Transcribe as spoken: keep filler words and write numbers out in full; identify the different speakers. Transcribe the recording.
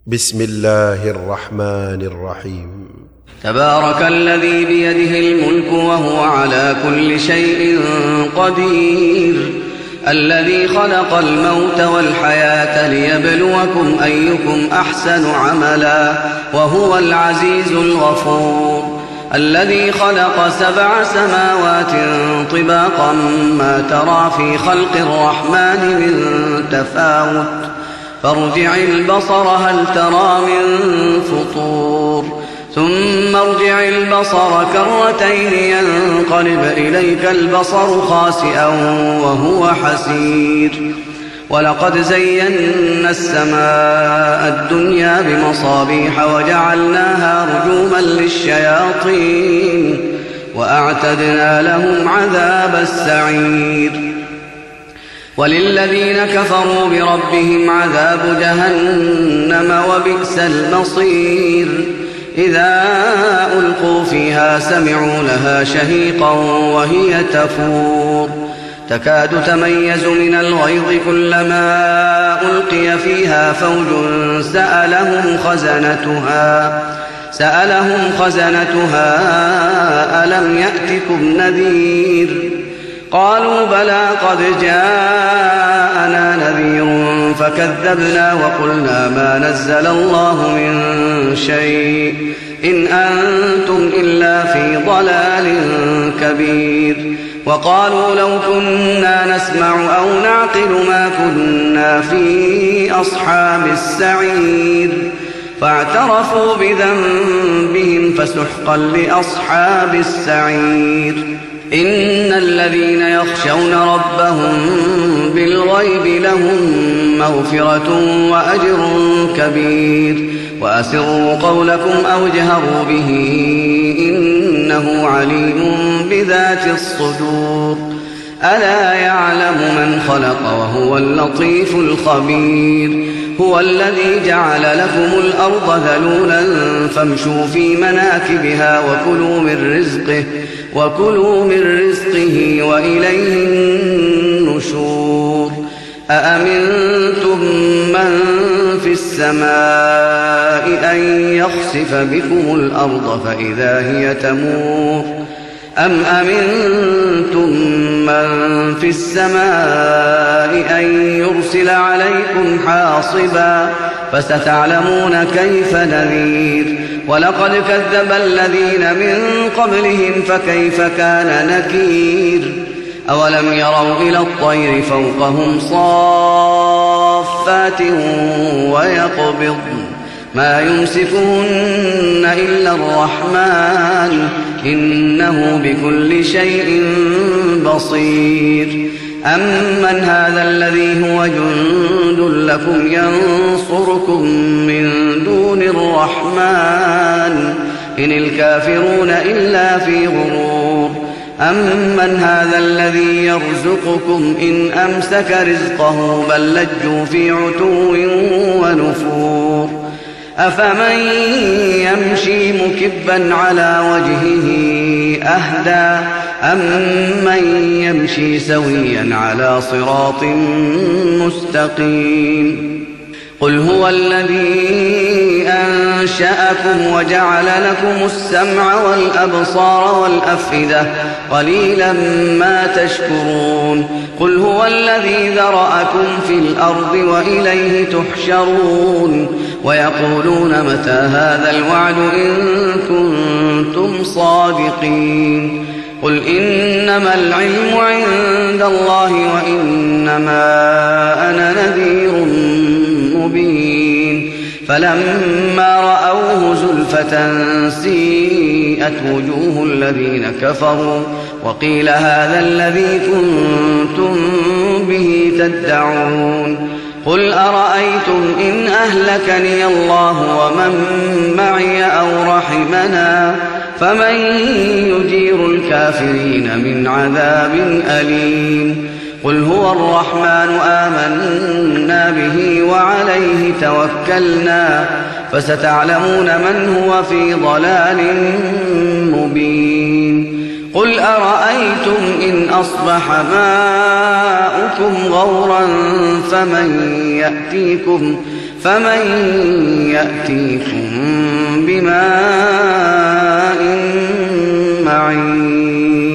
Speaker 1: بسم الله الرحمن الرحيم.
Speaker 2: تبارك الذي بيده الملك وهو على كل شيء قدير، الذي خلق الموت والحياة ليبلوكم أيكم أحسن عملا وهو العزيز الغفور، الذي خلق سبع سماوات طباقا ما ترى في خلق الرحمن من تفاوت، فارجع البصر هل ترى من فطور، ثم ارجع البصر كرتين ينقلب إليك البصر خاسئا وهو حسير، ولقد زينا السماء الدنيا بمصابيح وجعلناها رجوما للشياطين وأعتدنا لهم عذاب السعير، وللذين كفروا بربهم عذاب جهنم وبئس المصير، إذا ألقوا فيها سمعوا لها شهيقا وهي تفور، تكاد تميز من الغيظ كلما ألقي فيها فوج سألهم خزنتها سألهم خزنتها ألم يأتكم نذير؟ قالوا بلى قد جاءنا نذير فكذبنا وقلنا ما نزل الله من شيء إن أنتم إلا في ضلال كبير، وقالوا لو كنا نسمع أو نعقل ما كنا في أصحاب السعير، فاعترفوا بذنبهم فسحقا لأصحاب السعير. إن الذين يخشون ربهم بالغيب لهم مغفرة وأجر كبير، وأسروا قولكم أو جهروا به إنه عليم بذات الصدور، ألا يعلم من خلق وهو اللطيف الخبير، هو الذي جعل لكم الأرض ذلولا فامشوا في مناكبها وكلوا من رزقه وكلوا من رزقه وإليه النشور. أأمنتم من في السماء أن يخسف بكم الأرض فإذا هي تمور، أم أمنتم من في السماء أن يرسل عليكم حاصبا فستعلمون كيف نذير، ولقد كذب الذين من قبلهم فكيف كان نكير، أولم يروا إلى الطير فوقهم صافات ويقبضن ما يمسكهن إلا الرحمن إنه بكل شيء بصير، أمن هذا الذي هو جند لكم ينصركم من دون الرحمن إن الكافرون إلا في غرور، أمن هذا الذي يرزقكم إن أمسك رزقه بل لجوا في عتو ونفور، أفمن يمشي مكبا على وجهه أهدى أمن يمشي سويا على صراط مستقيم؟ قل هو الذي أنشأكم وجعل لكم السمع والأبصار والأفئدة قليلا ما تشكرون، قل هو الذي ذرأكم في الأرض وإليه تحشرون، ويقولون متى هذا الوعد إن كنتم صادقين؟ قل إنما العلم عند الله وإنما أنا نذير مبين، فلما رأوه زلفة سيئت وجوه الذين كفروا وقيل هذا الذي كنتم به تدعون، قل أرأيتم إن أهلكني الله ومن معي أو رحمنا فمن يجير الكافرين من عذاب أليم؟ قل هو الرحمن آمنا به وعليه توكلنا فستعلمون من هو في ضلال مبين. قل أرأيتم إن أصبح ماؤكم غورا فمن يأتيكم فمن يأتيكم بماء معين